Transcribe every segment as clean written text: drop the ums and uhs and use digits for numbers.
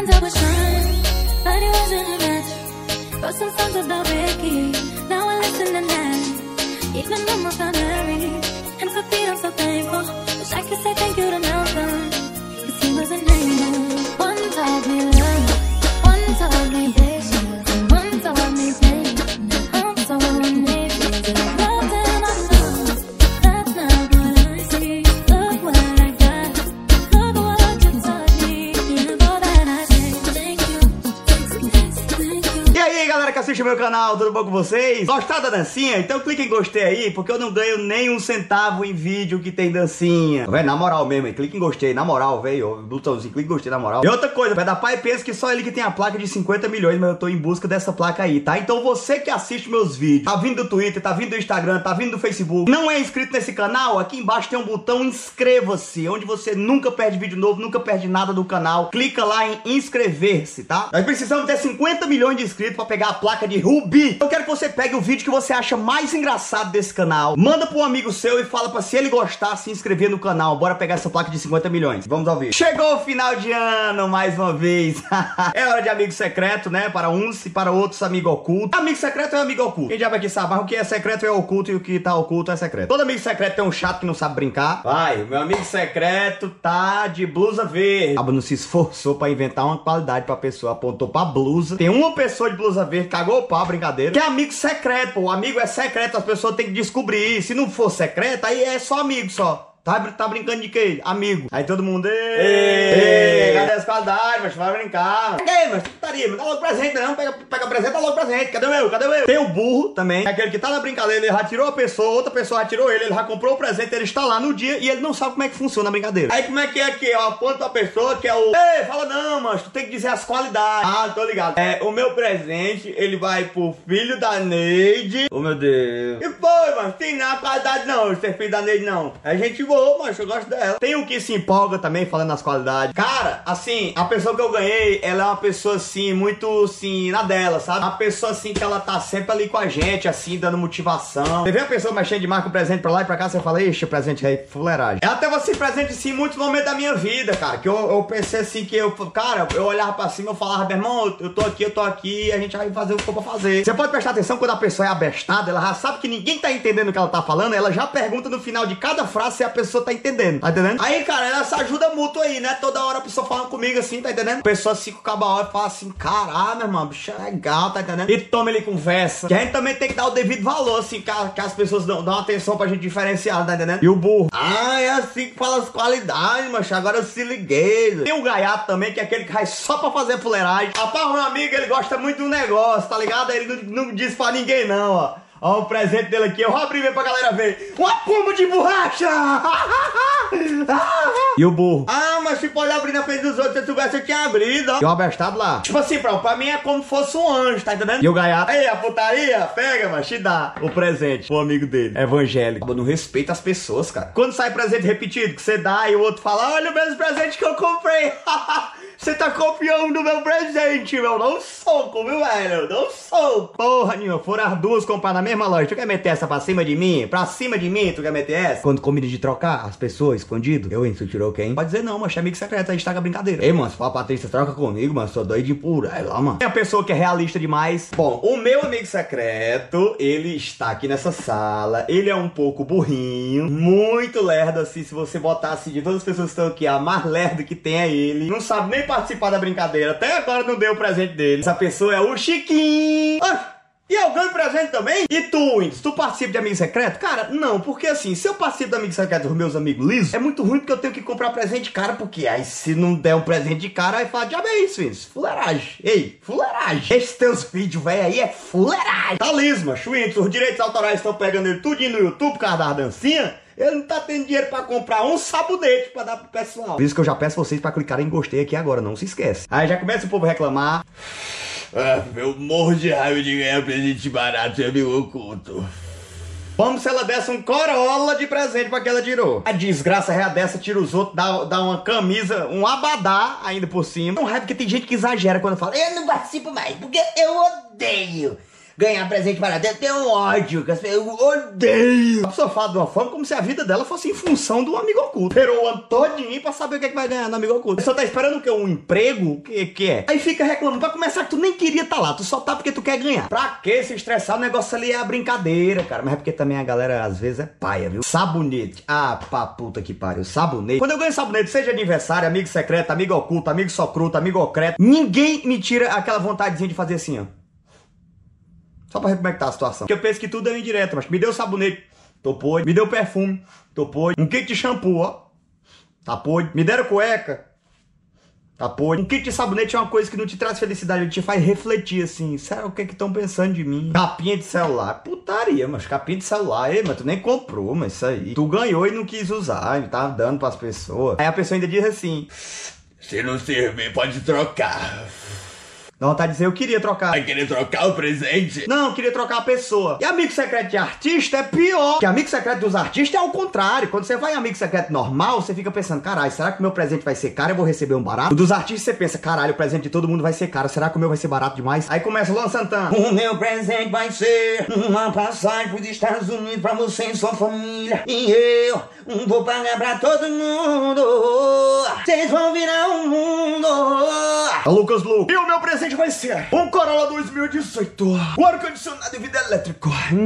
Friends always trying, but it wasn't a match. Wrote some songs about Ricky, now I listen to that. Even though my family, and for Pete I'm so thankful. Wish I could say thank you to Nelson, cause he was an angel. One taught me love, one taught me patience, one taught me pain. I'm so amazing to love and I know that's not what I see. Look what I got, look what you taught me. And for that I say thank you, thank you. E aí galera que assiste o meu canal, tudo bom com vocês? Gostaram da dancinha? Então clica em gostei aí, porque eu não ganho nem um centavo em vídeo que tem dancinha. Véi, na moral mesmo, hein? Clica em gostei, na moral, velho. Botãozinho, clica em gostei, na moral. E outra coisa, vai dar pai pensa que só ele que tem a placa de 50 milhões, mas eu tô em busca dessa placa aí, tá? Então você que assiste meus vídeos, tá vindo do Twitter, tá vindo do Instagram, tá vindo do Facebook, não é inscrito nesse canal, aqui embaixo tem um botão inscreva-se, onde você nunca perde vídeo novo, nunca perde nada do canal. Clica lá em inscrever-se, tá? Nós precisamos ter 50 milhões de inscritos pra pegar a placa de Rubi. Eu quero que você pegue o vídeo que você acha mais engraçado desse canal, manda pra um amigo seu e fala pra, se ele gostar, se inscrever no canal. Bora pegar essa placa de 50 milhões. Vamos ao vídeo. Chegou o final de ano, mais uma vez. É hora de amigo secreto, né? Para uns e para outros, amigo oculto. Amigo secreto é amigo oculto. Quem já vai aqui sabe, mas o que é secreto é oculto e o que tá oculto é secreto. Todo amigo secreto tem um chato que não sabe brincar. Vai, meu amigo secreto tá de blusa verde. A não se esforçou pra inventar uma qualidade pra pessoa, apontou pra blusa. Tem uma pessoa de blusa verde, cagou o pau, brincadeira. Que é amigo secreto, pô. O amigo é secreto, as pessoas têm que descobrir. Se não for secreto, aí é só amigo só. Tá brincando de quê? Amigo. Aí todo mundo, ei, cadê as qualidades, mas vai brincar. Ei, mas putaria, me dá logo presente, não. Pega presente, dá logo presente. Cadê o meu? Cadê o meu? Tem o burro também, aquele que tá na brincadeira, ele já tirou a pessoa, outra pessoa já tirou ele já comprou o presente, ele está lá no dia e ele não sabe como é que funciona a brincadeira. Aí como é que eu aponto a pessoa que é o, ei, fala não, mas tu tem que dizer as qualidades. Ah, tô ligado. O meu presente, ele vai pro filho da Neide. Oh, meu Deus. E foi, mas tem nada qualidade não, ser filho da Neide não. A gente mas eu gosto dela. Tem o que se empolga também, falando nas qualidades. Cara, assim, a pessoa que eu ganhei, ela é uma pessoa, assim, muito, assim, na dela, sabe? Uma pessoa, assim, que ela tá sempre ali com a gente, assim, dando motivação. Você vê a pessoa mexendo demais com o presente pra lá e pra cá, você fala, ixi, o presente é fuleiragem. Ela teve, assim, presente, assim, em muitos momentos da minha vida, cara, que eu pensei, assim, que eu, cara, eu olhava pra cima, eu falava, meu irmão, eu tô aqui, e a gente vai fazer o que for pra fazer. Você pode prestar atenção, quando a pessoa é abestada, ela já sabe que ninguém tá entendendo o que ela tá falando, ela já pergunta no final de cada frase se a pessoa tá entendendo, tá entendendo? Aí, cara, essa ajuda mútua aí, né? Toda hora a pessoa falando comigo assim, tá entendendo? A pessoa assim com o cabo e fala assim, caralho, meu irmão, bicho é legal, tá entendendo? E toma ele conversa. Que a gente também tem que dar o devido valor, assim, que as pessoas dão atenção pra gente diferenciar, tá entendendo? E o burro, é assim que fala as qualidades, macho, agora eu se liguei. Tem o gaiato também, que é aquele que vai só pra fazer fuleiragem. Rapaz, meu amigo, ele gosta muito do negócio, tá ligado? Ele não diz pra ninguém não, ó. Ó o presente dele aqui, eu vou abrir mesmo pra galera ver. Uma pomba de borracha! E o burro, mas se pode abrir na frente dos outros, se soubesse eu tinha abrido, ó. E o abestado lá, tipo assim, pra mim é como se fosse um anjo, tá entendendo? E o gaiato, aí a putaria, pega, mas e dá o presente pro amigo dele, evangélico. Não respeita as pessoas, cara. Quando sai presente repetido, que você dá e o outro fala, olha o mesmo presente que eu comprei. Você tá copiando do meu presente, meu. Dá um soco, viu, velho? Dá um soco. Porra nenhuma, foram as duas comprar na mesma loja. Tu quer meter essa pra cima de mim? Pra cima de mim, tu quer meter essa? Quando combina de trocar as pessoas, escondido. Tu tirou quem? Pode dizer não, mas é amigo secreto, a gente tá com a brincadeira. Ei, mano, se for a Patrícia, troca comigo, mano. Sou doido por ela, mano. Tem a pessoa que é realista demais. Bom, o meu amigo secreto, ele está aqui nessa sala. Ele é um pouco burrinho, muito lerdo, assim. Se você botar assim, de todas as pessoas que estão aqui, a mais lerdo que tem é ele. Não sabe nem participar da brincadeira. Até agora não deu o presente dele. Essa pessoa é o Chiquinho. E eu ganho presente também? E tu, Windows, tu participa de amigo secreto? Cara, não, porque assim, se eu participo de amigo secreto dos meus amigos lisos, é muito ruim porque eu tenho que comprar presente de cara, porque aí se não der um presente de cara, aí fala, diabo é isso, Windows, fuleiragem. Ei, fuleiragem. Esses teus vídeos, velho, aí é fuleiragem. Tá liso, macho, Windows, os direitos autorais estão pegando ele tudinho no YouTube por causa da dancinha. Ele não tá tendo dinheiro pra comprar um sabonete pra dar pro pessoal. Por isso que eu já peço vocês pra clicarem em gostei aqui agora, não se esquece. Aí já começa o povo a reclamar. Eu morro de raiva de ganhar presente barato de amigo oculto. Vamos se ela desse um Corolla de presente pra que ela tirou. A desgraça é dessa, tira os outros, dá uma camisa, um abadá ainda por cima. Não raiva porque tem gente que exagera quando fala, eu não participo mais, porque eu odeio ganhar presente barato. Eu tenho ódio, eu odeio. A pessoa fala de uma forma como se a vida dela fosse em função do amigo oculto. Esperou o ano todinho pra saber o que, é que vai ganhar no amigo oculto. Você só tá esperando o que? Um emprego? O que é? Aí fica reclamando. Pra começar, que tu nem queria estar lá. Tu só tá porque tu quer ganhar. Pra que se estressar? O negócio ali é a brincadeira, cara. Mas é porque também a galera, às vezes, é paia, viu? Sabonete. Ah, pra puta que pariu. Sabonete. Quando eu ganho sabonete, seja aniversário, amigo secreto, amigo oculto, amigo socruto, amigo ocreto, ninguém me tira aquela vontadezinha de fazer assim, ó. Só pra ver como é que tá a situação. Porque eu penso que tudo é indireto, mas me deu sabonete, tô podre. Me deu perfume, tô podre. Um kit de shampoo, ó, tá podre. Me deram cueca, tá podre. Um kit de sabonete é uma coisa que não te traz felicidade, ele te faz refletir, assim. Será o que é que estão pensando de mim? Capinha de celular, putaria, mas capinha de celular, mas tu nem comprou, mas isso aí. Tu ganhou e não quis usar, e tá dando pras pessoas. Aí a pessoa ainda diz assim, se não servir, pode trocar. Dá vontade de dizer, eu queria trocar. Vai querer trocar o presente? Não, eu queria trocar a pessoa. E amigo secreto de artista é pior. Porque amigo secreto dos artistas é ao contrário. Quando você vai em amigo secreto normal, você fica pensando, caralho, será que o meu presente vai ser caro e eu vou receber um barato? O dos artistas você pensa, caralho, o presente de todo mundo vai ser caro. Será que o meu vai ser barato demais? Aí começa o Luan Santana. O meu presente vai ser uma passagem pros Estados Unidos pra você e sua família. E eu vou pagar pra todo mundo. Vocês vão virar um mundo. É o Lucas Lu. E o meu presente vai ser um Corolla 2018 com ar-condicionado e vidro elétrico.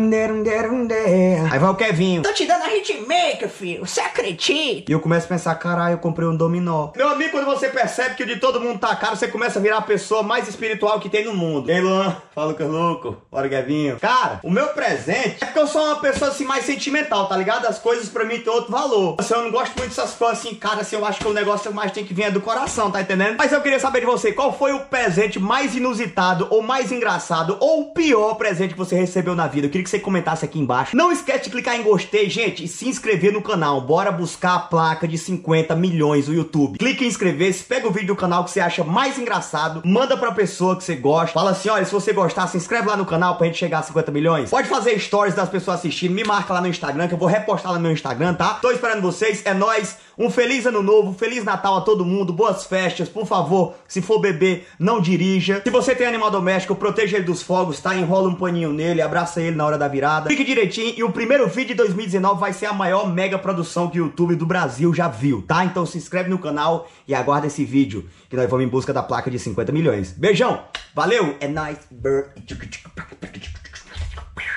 Aí vai o Kevinho. Tô te dando a hitmaker, filho. Você acredita? E eu começo a pensar, caralho, eu comprei um dominó. Meu amigo, quando você percebe que o de todo mundo tá caro, você começa a virar a pessoa mais espiritual que tem no mundo. Ei, Luan, fala Lucas Louco, bora Kevinho. Cara, o meu presente é porque eu sou uma pessoa assim mais sentimental, tá ligado? As coisas pra mim têm outro valor. Assim, eu não gosto muito dessas coisas assim, cara, assim, eu acho que o negócio mais tem que vir é do coração, tá entendendo? Mas eu queria saber de você, qual foi o presente mais inusitado, ou mais engraçado, ou o pior presente que você recebeu na vida? Eu queria que você comentasse aqui embaixo. Não esquece de clicar em gostei, gente, e se inscrever no canal. Bora buscar a placa de 50 milhões no YouTube. Clique em inscrever-se, pega o vídeo do canal que você acha mais engraçado, manda pra pessoa que você gosta. Fala assim, olha, se você gostar, se inscreve lá no canal pra gente chegar a 50 milhões. Pode fazer stories das pessoas assistindo, me marca lá no Instagram, que eu vou repostar lá no meu Instagram, tá? Tô esperando vocês, é nóis. Um feliz ano novo, feliz Natal a todo mundo, boas festas, por favor, se for beber, não dirija. Se você tem animal doméstico, proteja ele dos fogos, tá? Enrola um paninho nele, abraça ele na hora da virada. Fique direitinho e o primeiro vídeo de 2019 vai ser a maior mega produção que o YouTube do Brasil já viu, tá? Então se inscreve no canal e aguarda esse vídeo, que nós vamos em busca da placa de 50 milhões. Beijão, valeu, é nóis.